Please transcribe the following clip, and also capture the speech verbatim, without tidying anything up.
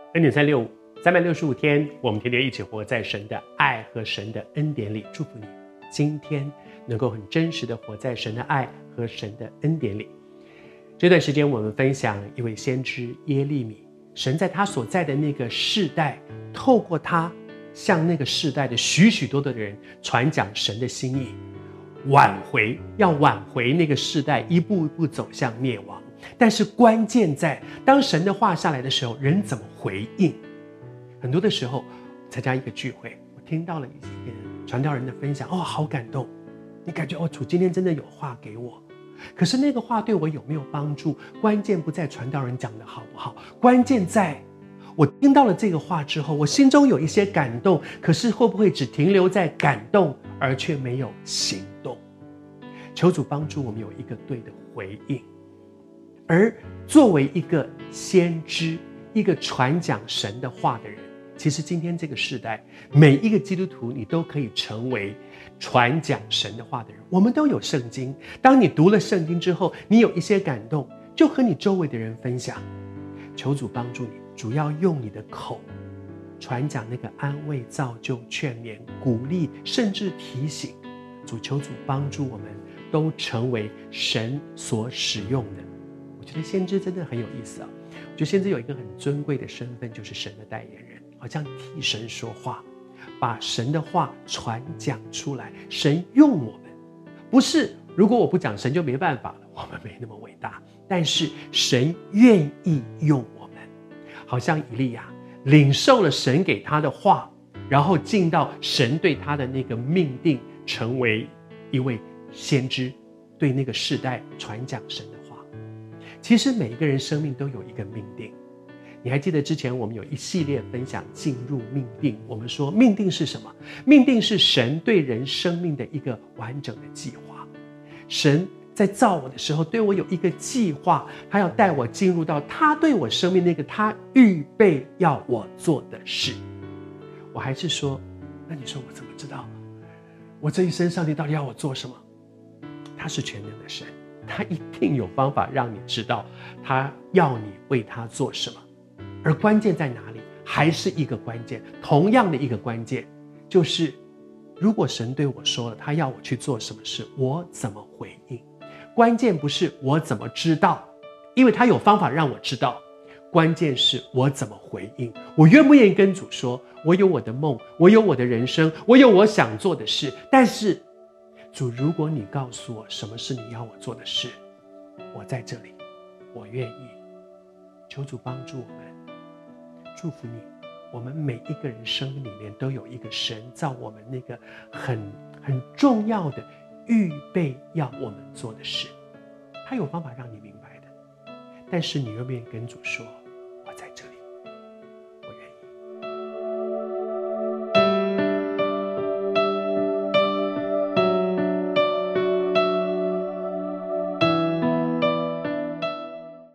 恩典三六五，三百六十五天，我们天天一起活在神的爱和神的恩典里。祝福你，今天能够很真实的活在神的爱和神的恩典里。这段时间，我们分享一位先知耶利米，神在他所在的那个世代，透过他向那个世代的许许多多的人传讲神的心意，挽回，要挽回那个世代一步一步走向灭亡。但是关键在当神的话下来的时候，人怎么回应？很多的时候参加一个聚会，我听到了一些传道人的分享，哦，好感动，你感觉哦，主今天真的有话给我。可是那个话对我有没有帮助，关键不在传道人讲的好不好，关键在我听到了这个话之后，我心中有一些感动，可是会不会只停留在感动而却没有行动？求主帮助我们有一个对的回应。而作为一个先知，一个传讲神的话的人，其实今天这个时代，每一个基督徒你都可以成为传讲神的话的人。我们都有圣经，当你读了圣经之后，你有一些感动，就和你周围的人分享。求主帮助你，主要用你的口传讲那个安慰、造就、劝勉、鼓励，甚至提醒。主，求主帮助我们都成为神所使用的。我觉得先知真的很有意思啊！我觉得先知有一个很尊贵的身份，就是神的代言人，好像替神说话，把神的话传讲出来。神用我们，不是如果我不讲，神就没办法了，我们没那么伟大。但是神愿意用我们，好像以利亚领受了神给他的话，然后进到神对他的那个命定，成为一位先知，对那个世代传讲神的话。其实每一个人生命都有一个命定，你还记得之前我们有一系列分享进入命定，我们说命定是什么？命定是神对人生命的一个完整的计划。神在造我的时候对我有一个计划，他要带我进入到他对我生命那个他预备要我做的事。我还是说，那你说我怎么知道我这一生上帝到底要我做什么？他是全能的神，他一定有方法让你知道他要你为他做什么。而关键在哪里？还是一个关键，同样的一个关键，就是如果神对我说了他要我去做什么事，我怎么回应？关键不是我怎么知道，因为他有方法让我知道，关键是我怎么回应。我愿不愿意跟主说，我有我的梦，我有我的人生，我有我想做的事，但是主，如果你告诉我什么是你要我做的事，我在这里，我愿意。求主帮助我们，祝福你。我们每一个人生命里面都有一个神造我们那个很很重要的预备要我们做的事，他有方法让你明白的。但是你愿不愿意跟主说，